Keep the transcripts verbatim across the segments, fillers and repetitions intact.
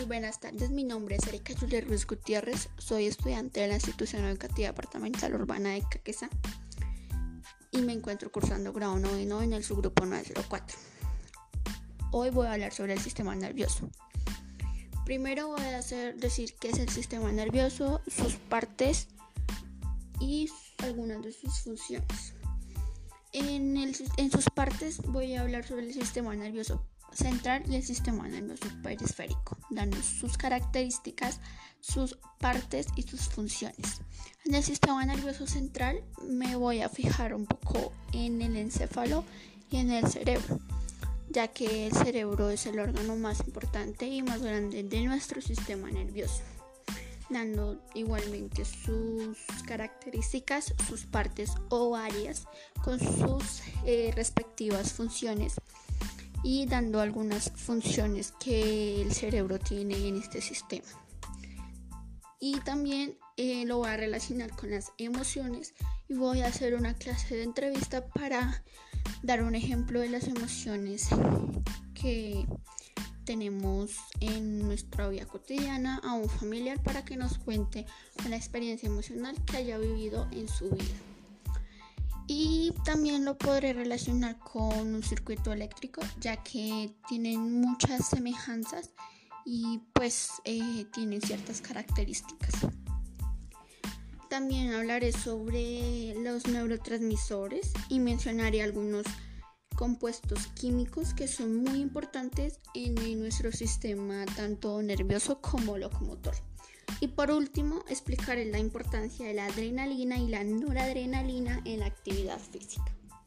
buenas tardes, mi nombre es Erika Julia Ruiz Gutiérrez, soy estudiante de la Institución Educativa Departamental Urbana de Caquetá y me encuentro cursando grado noveno en el subgrupo nueve cero cuatro. Hoy voy a hablar sobre el sistema nervioso. Primero voy a hacer, decir qué es el sistema nervioso, sus partes y algunas de sus funciones. En, el, en sus partes voy a hablar sobre el sistema nervioso central y el sistema nervioso periférico, dando sus características, sus partes y sus funciones. En el sistema nervioso central me voy a fijar un poco en el encéfalo y en el cerebro, ya que el cerebro es el órgano más importante y más grande de nuestro sistema nervioso, dando igualmente sus características, sus partes o áreas con sus eh, respectivas funciones y dando algunas funciones que el cerebro tiene en este sistema. Y también eh, lo voy a relacionar con las emociones y voy a hacer una clase de entrevista para dar un ejemplo de las emociones que tenemos en nuestra vida cotidiana a un familiar para que nos cuente una experiencia emocional que haya vivido en su vida. Y también lo podré relacionar con un circuito eléctrico, ya que tienen muchas semejanzas y pues eh, tienen ciertas características. También hablaré sobre los neurotransmisores y mencionaré algunos compuestos químicos que son muy importantes en nuestro sistema tanto nervioso como locomotor. Y por último, explicaré la importancia de la adrenalina y la noradrenalina en la actividad física.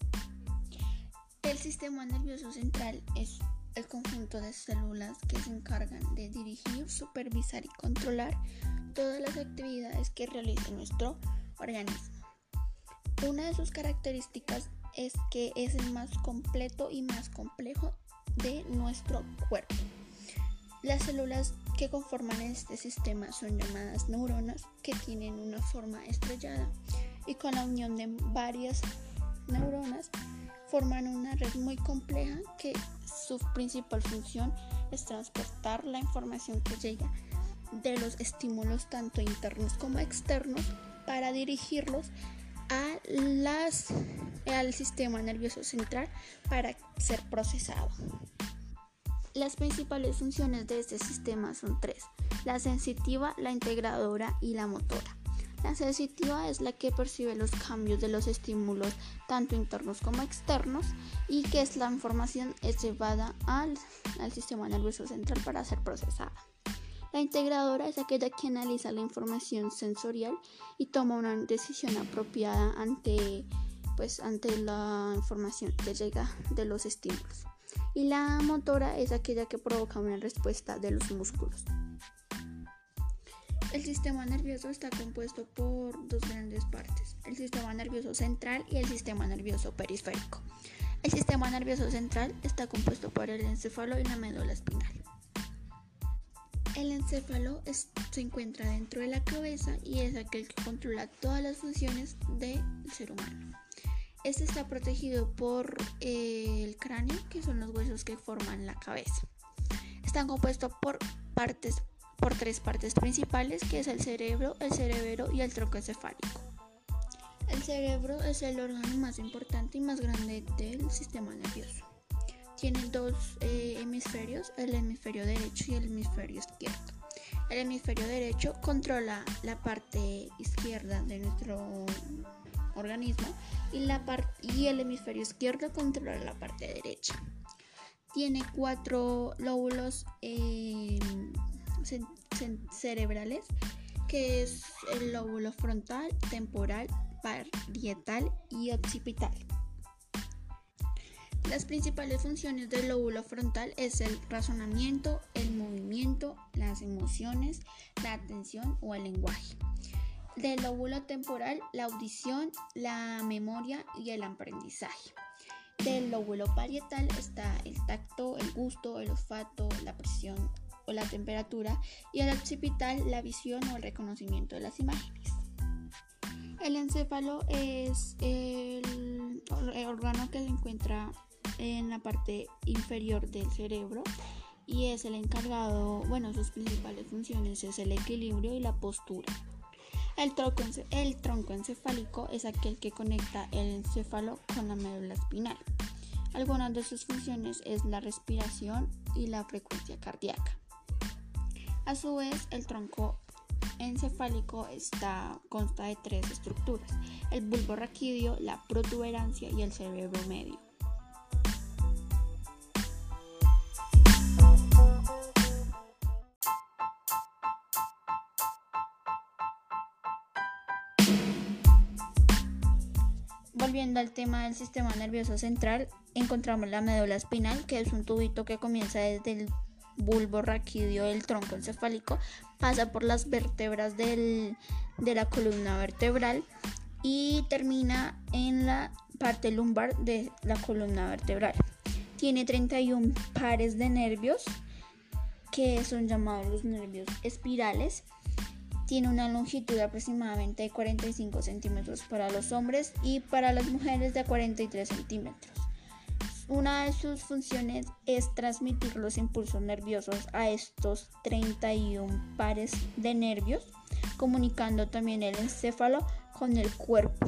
El sistema nervioso central es el conjunto de células que se encargan de dirigir, supervisar y controlar todas las actividades que realiza nuestro organismo. Una de sus características es que es el más completo y más complejo de nuestro cuerpo. Las células que conforman este sistema son llamadas neuronas, que tienen una forma estrellada y con la unión de varias neuronas forman una red muy compleja que su principal función es transportar la información que llega de los estímulos tanto internos como externos para dirigirlos a las, al sistema nervioso central para ser procesado. Las principales funciones de este sistema son tres: la sensitiva, la integradora y la motora. La sensitiva es la que percibe los cambios de los estímulos tanto internos como externos y que es la información es llevada al, al sistema nervioso central para ser procesada. La integradora es aquella que analiza la información sensorial y toma una decisión apropiada ante, pues, ante la información que llega de los estímulos. Y la motora es aquella que provoca una respuesta de los músculos. El sistema nervioso está compuesto por dos grandes partes: el sistema nervioso central y el sistema nervioso periférico. El sistema nervioso central está compuesto por el encéfalo y la médula espinal. El encéfalo es, se encuentra dentro de la cabeza y es aquel que controla todas las funciones del ser humano. Este está protegido por eh, el cráneo, que son los huesos que forman la cabeza. Están compuestos por partes, por tres partes principales, que es el cerebro, el cerebelo y el tronco encefálico. El cerebro es el órgano más importante y más grande del sistema nervioso. Tiene dos eh, hemisferios, el hemisferio derecho y el hemisferio izquierdo. El hemisferio derecho controla la parte izquierda de nuestro organismo y, la par- y el hemisferio izquierdo controla la parte derecha. Tiene cuatro lóbulos eh, ce- ce- cerebrales, que es el lóbulo frontal, temporal, parietal y occipital. Las principales funciones del lóbulo frontal es el razonamiento, el movimiento, las emociones, la atención o el lenguaje. Del lóbulo temporal, la audición, la memoria y el aprendizaje. Del lóbulo parietal está el tacto, el gusto, el olfato, la presión o la temperatura, y el occipital, la visión o el reconocimiento de las imágenes. El encéfalo es el órgano que se encuentra en la parte inferior del cerebro y es el encargado, bueno, sus principales funciones es el equilibrio y la postura. El tronco, el tronco encefálico es aquel que conecta el encéfalo con la médula espinal. Algunas de sus funciones es la respiración y la frecuencia cardíaca. A su vez, el tronco encefálico está, consta de tres estructuras: el bulbo raquídeo, la protuberancia y el cerebro medio. Volviendo al tema del sistema nervioso central, encontramos la médula espinal, que es un tubito que comienza desde el bulbo raquídeo del tronco encefálico, pasa por las vértebras del, de la columna vertebral y termina en la parte lumbar de la columna vertebral. Tiene treinta y uno pares de nervios, que son llamados los nervios espirales. Tiene una longitud de aproximadamente cuarenta y cinco centímetros para los hombres y para las mujeres de cuarenta y tres centímetros. Una de sus funciones es transmitir los impulsos nerviosos a estos treinta y uno pares de nervios, comunicando también el encéfalo con el cuerpo.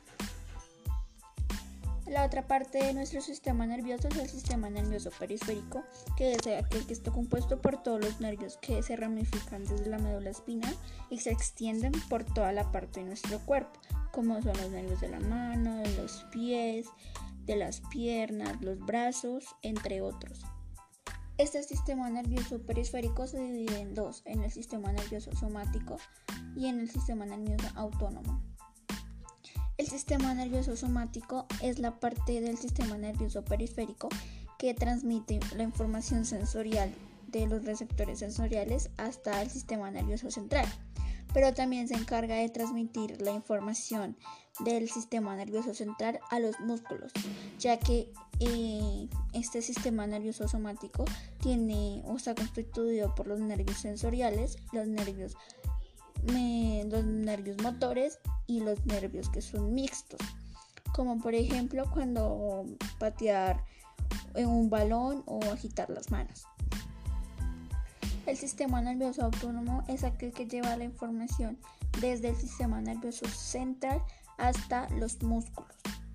La otra parte de nuestro sistema nervioso es el sistema nervioso periférico, que es aquel que está compuesto por todos los nervios que se ramifican desde la médula espinal y se extienden por toda la parte de nuestro cuerpo, como son los nervios de la mano, de los pies, de las piernas, los brazos, entre otros. Este sistema nervioso periférico se divide en dos: en el sistema nervioso somático y en el sistema nervioso autónomo. El sistema nervioso somático es la parte del sistema nervioso periférico que transmite la información sensorial de los receptores sensoriales hasta el sistema nervioso central, pero también se encarga de transmitir la información del sistema nervioso central a los músculos, ya que eh, este sistema nervioso somático tiene o está constituido por los nervios sensoriales, los nervios Me, los nervios motores y los nervios que son mixtos, como por ejemplo cuando patear en un balón o agitar las manos. El sistema nervioso autónomo es aquel que lleva la información desde el sistema nervioso central hasta los músculos.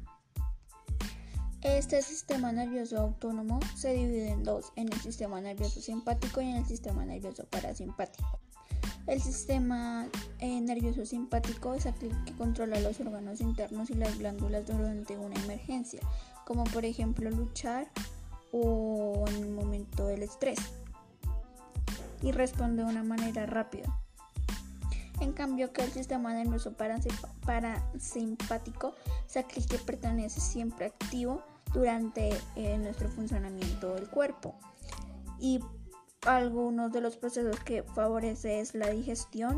Este sistema nervioso autónomo se divide en dos: en el sistema nervioso simpático y en el sistema nervioso parasimpático. El sistema eh, nervioso simpático es aquel que controla los órganos internos y las glándulas durante una emergencia, como por ejemplo luchar o en el momento del estrés, y responde de una manera rápida. En cambio, que el sistema nervioso parasimpático es aquel que permanece siempre activo durante eh, nuestro funcionamiento del cuerpo, y algunos de los procesos que favorece es la digestión,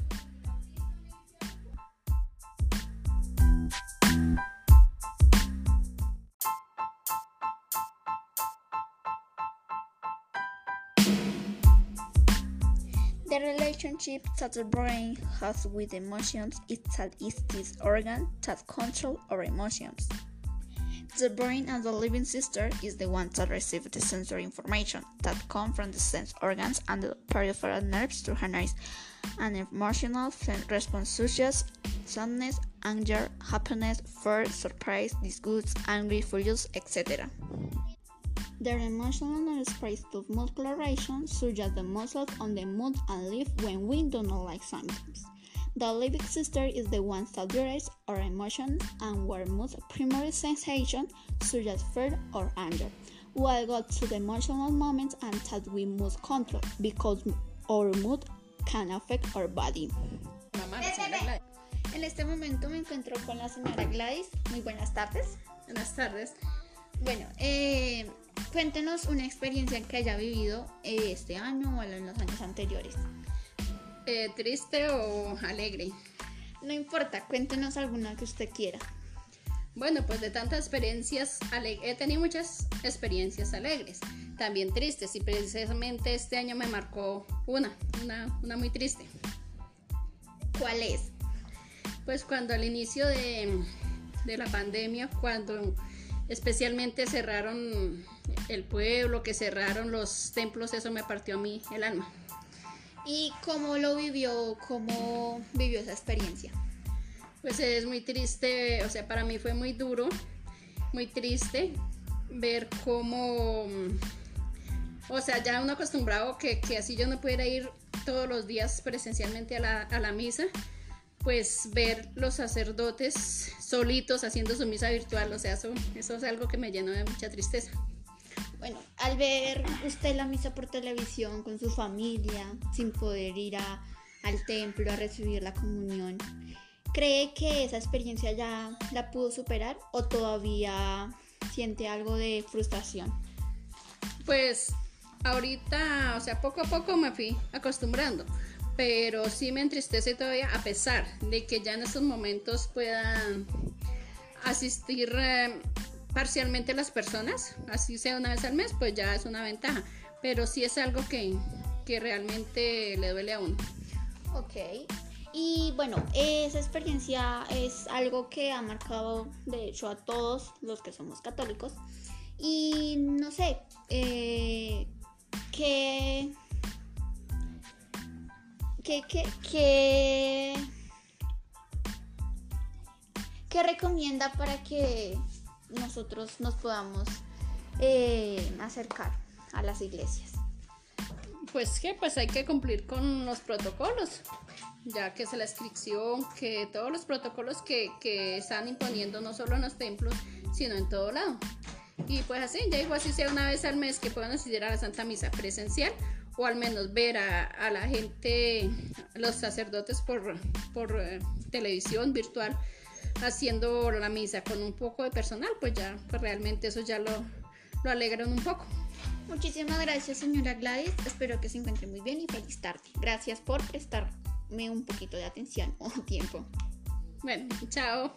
the relationship that the brain has with emotions is that it's this organ that controls our emotions. The brain, as the living system, is the one that receives the sensory information that comes from the sense organs and the peripheral nerves to harness an emotional response such as sadness, anger, happiness, fear, surprise, disgust, angry, furious, et cetera. Their emotional response to muscular reactions such as the muscles on the mouth and lip when we do not like something. The limbic system is the one that directs our emotions and where mood primary sensations such as fear or anger, while go to the emotional moments and that we must control because our mood can affect our body. Mamá, la señora Gladys. En este momento me encuentro con la señora Gladys. Muy buenas tardes. Buenas tardes. Bueno, eh, cuéntenos una experiencia que haya vivido eh, este año o en los años anteriores. Eh, ¿Triste o alegre? No importa, cuéntenos alguna que usted quiera. Bueno, pues de tantas experiencias, aleg- he tenido muchas experiencias alegres, también tristes, y precisamente este año me marcó una, una, una muy triste. ¿Cuál es? Pues cuando al inicio de, de la pandemia, cuando especialmente cerraron el pueblo, que cerraron los templos, eso me partió a mí el alma. ¿Y cómo lo vivió? ¿Cómo vivió esa experiencia? Pues es muy triste, o sea, para mí fue muy duro, muy triste ver cómo, o sea, ya uno acostumbrado que, que así yo no pudiera ir todos los días presencialmente a la, a la misa, pues ver los sacerdotes solitos haciendo su misa virtual, o sea, eso, eso es algo que me llenó de mucha tristeza. Bueno, al ver usted la misa por televisión con su familia, sin poder ir a, al templo a recibir la comunión, ¿cree que esa experiencia ya la pudo superar o todavía siente algo de frustración? Pues ahorita, o sea, poco a poco me fui acostumbrando, pero sí me entristece todavía, a pesar de que ya en estos momentos puedan asistir eh, parcialmente las personas, así sea una vez al mes, pues ya es una ventaja, pero sí es algo que, que realmente le duele a uno. Ok. Y bueno, esa experiencia es algo que ha marcado de hecho a todos los que somos católicos. Y no sé, eh, ¿qué, qué, qué, qué, qué recomienda para que nosotros nos podamos eh, acercar a las iglesias? Pues que pues hay que cumplir con los protocolos, ya que es la inscripción, que todos los protocolos que, que están imponiendo no solo en los templos, sino en todo lado. Y pues así, ya digo, así sea una vez al mes que puedan asistir a la Santa Misa presencial, o al menos ver a, a la gente, los sacerdotes por, por eh, televisión virtual, haciendo la misa con un poco de personal, pues ya, pues realmente eso ya lo, lo alegran un poco. Muchísimas gracias, señora Gladys. Espero que se encuentre muy bien y feliz tarde. Gracias por prestarme un poquito de atención o tiempo. Bueno, chao.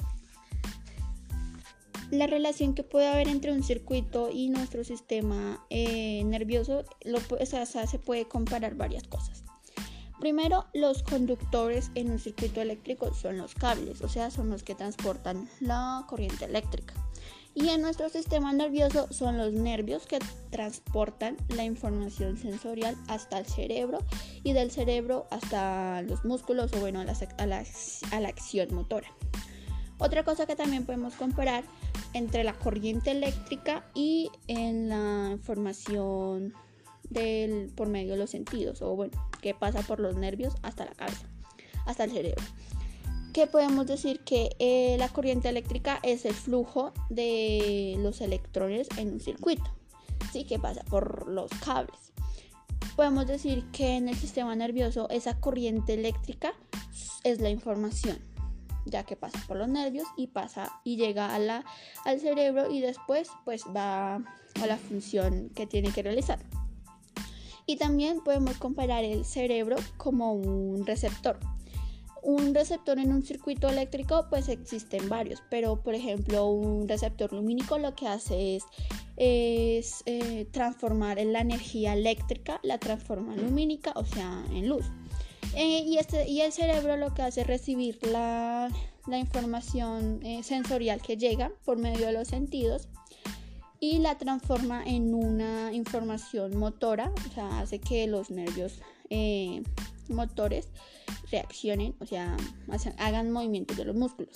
La relación que puede haber entre un circuito y nuestro sistema eh, nervioso, lo, o sea, se puede comparar varias cosas. Primero, los conductores en un circuito eléctrico son los cables, o sea, son los que transportan la corriente eléctrica. Y en nuestro sistema nervioso son los nervios que transportan la información sensorial hasta el cerebro y del cerebro hasta los músculos o bueno, a la, a la, a la acción motora. Otra cosa que también podemos comparar entre la corriente eléctrica y en la información del, por medio de los sentidos o bueno, que pasa por los nervios hasta la cabeza, hasta el cerebro. Que podemos decir que eh, la corriente eléctrica es el flujo de los electrones en un circuito, ¿sí? Que pasa por los cables. Podemos decir que en el sistema nervioso esa corriente eléctrica es la información, ya que pasa por los nervios y pasa y llega a la, al cerebro y después pues va a la función que tiene que realizar. Y también podemos comparar el cerebro como un receptor. Un receptor en un circuito eléctrico pues existen varios, pero por ejemplo un receptor lumínico lo que hace es, es eh, transformar la energía eléctrica, la transforma en lumínica, o sea en luz. Eh, y, este, y el cerebro lo que hace es recibir la, la información eh, sensorial que llega por medio de los sentidos y la transforma en una información motora, o sea hace que los nervios eh, motores reaccionen, o sea, hagan movimientos de los músculos.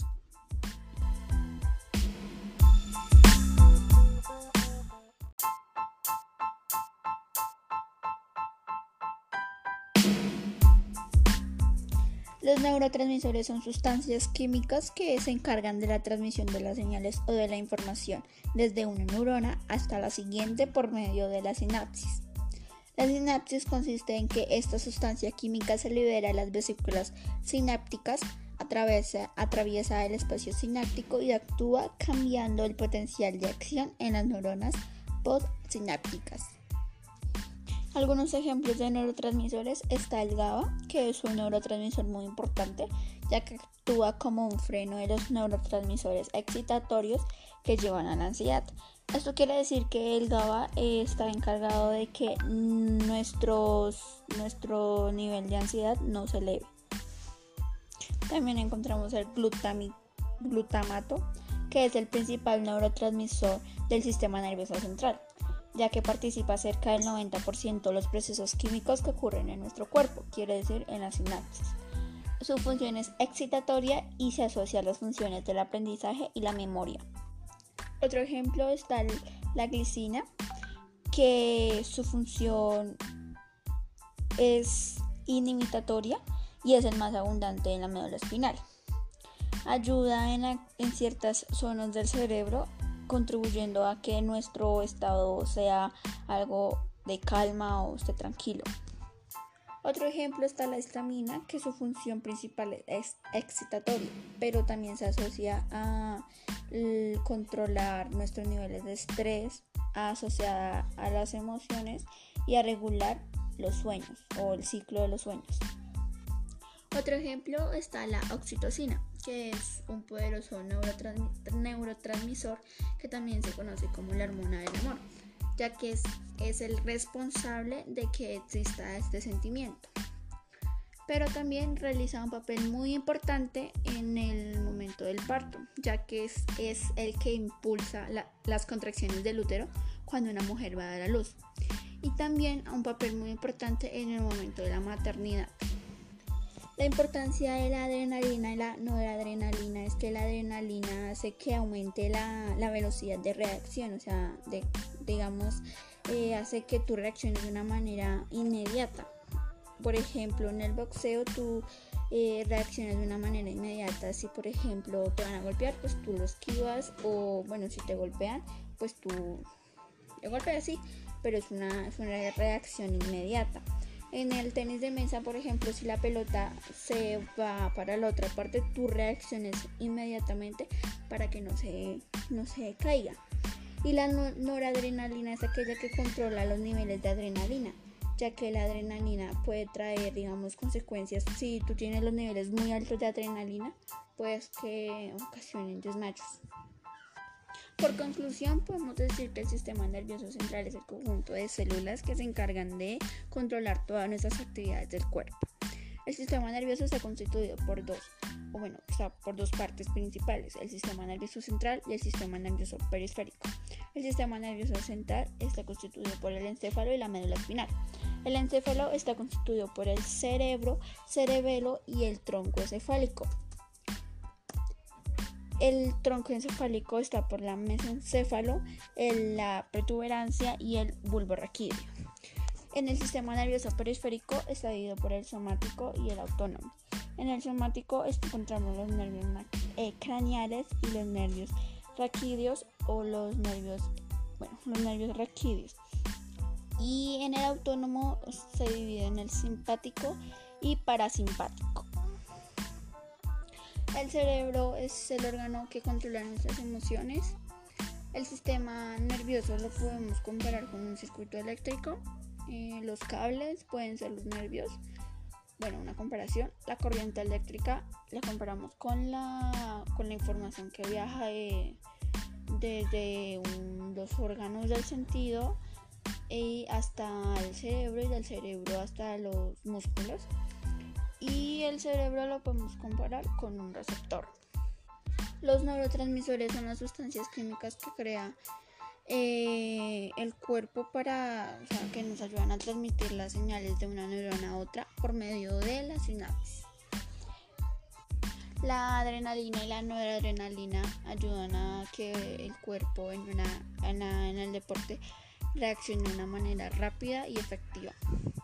Los neurotransmisores son sustancias químicas que se encargan de la transmisión de las señales o de la información desde una neurona hasta la siguiente por medio de la sinapsis. La sinapsis consiste en que esta sustancia química se libera de las vesículas sinápticas, atraviesa, atraviesa el espacio sináptico y actúa cambiando el potencial de acción en las neuronas postsinápticas. Algunos ejemplos de neurotransmisores está el GABA, que es un neurotransmisor muy importante, ya que actúa como un freno de los neurotransmisores excitatorios que llevan a la ansiedad. Esto quiere decir que el GABA eh, está encargado de que nuestros, nuestro nivel de ansiedad no se eleve. También encontramos el glutami, glutamato, que que es el principal neurotransmisor del sistema nervioso central, ya que participa cerca del noventa por ciento de los procesos químicos que ocurren en nuestro cuerpo, quiere decir en las sinapsis. Su función es excitatoria y se asocia a las funciones del aprendizaje y la memoria. Otro ejemplo está la glicina, que su función es inhibitoria y es el más abundante en la médula espinal. Ayuda en, la, en ciertas zonas del cerebro, contribuyendo a que nuestro estado sea algo de calma o esté tranquilo. Otro ejemplo está la histamina, que su función principal es excitatoria, pero también se asocia a l- controlar nuestros niveles de estrés, asociada a las emociones y a regular los sueños o el ciclo de los sueños. Otro ejemplo está la oxitocina, que es un poderoso neurotransmi- neurotransmisor que también se conoce como la hormona del amor, ya que es, es el responsable de que exista este sentimiento. Pero también realiza un papel muy importante en el momento del parto, ya que es, es el que impulsa la, las contracciones del útero cuando una mujer va a dar a luz. Y también un papel muy importante en el momento de la maternidad. La importancia de la adrenalina y la noradrenalina es que la adrenalina hace que aumente la, la velocidad de reacción, o sea, de, digamos, eh, hace que tú reacciones de una manera inmediata. Por ejemplo, en el boxeo tú eh, reaccionas de una manera inmediata. Si por ejemplo te van a golpear, pues tú lo esquivas, o bueno, si te golpean, pues tú te golpeas, sí, pero es una, es una reacción inmediata. En el tenis de mesa, por ejemplo, si la pelota se va para la otra parte, tú reacciones inmediatamente para que no se, no se caiga. Y la noradrenalina es aquella que controla los niveles de adrenalina, ya que la adrenalina puede traer, digamos, consecuencias. Si tú tienes los niveles muy altos de adrenalina, pues que ocasionen desmayos. Por conclusión, podemos decir que el sistema nervioso central es el conjunto de células que se encargan de controlar todas nuestras actividades del cuerpo. El sistema nervioso está constituido por dos, o bueno, está por dos partes principales, el sistema nervioso central y el sistema nervioso periférico. El sistema nervioso central está constituido por el encéfalo y la médula espinal. El encéfalo está constituido por el cerebro, cerebelo y el tronco encefálico. El tronco encefálico está por la mesencéfalo, el, la protuberancia y el bulbo raquídeo. En el sistema nervioso periférico está dividido por el somático y el autónomo. En el somático encontramos los nervios eh, craneales y los nervios raquídeos o los nervios, bueno, los nervios raquídeos. Y en el autónomo se divide en el simpático y parasimpático. El cerebro es el órgano que controla nuestras emociones. El sistema nervioso lo podemos comparar con un circuito eléctrico. Eh, los cables pueden ser los nervios. Bueno, una comparación. La corriente eléctrica la comparamos con la, con la información que viaja de, desde un, los órganos del sentido y hasta el cerebro, y del cerebro hasta los músculos. Y el cerebro lo podemos comparar con un receptor. Los neurotransmisores son las sustancias químicas que crea eh, el cuerpo para, o sea, que nos ayudan a transmitir las señales de una neurona a otra por medio de la sinapsis. La adrenalina y la noradrenalina ayudan a que el cuerpo en, una, en, la, en el deporte reaccione de una manera rápida y efectiva.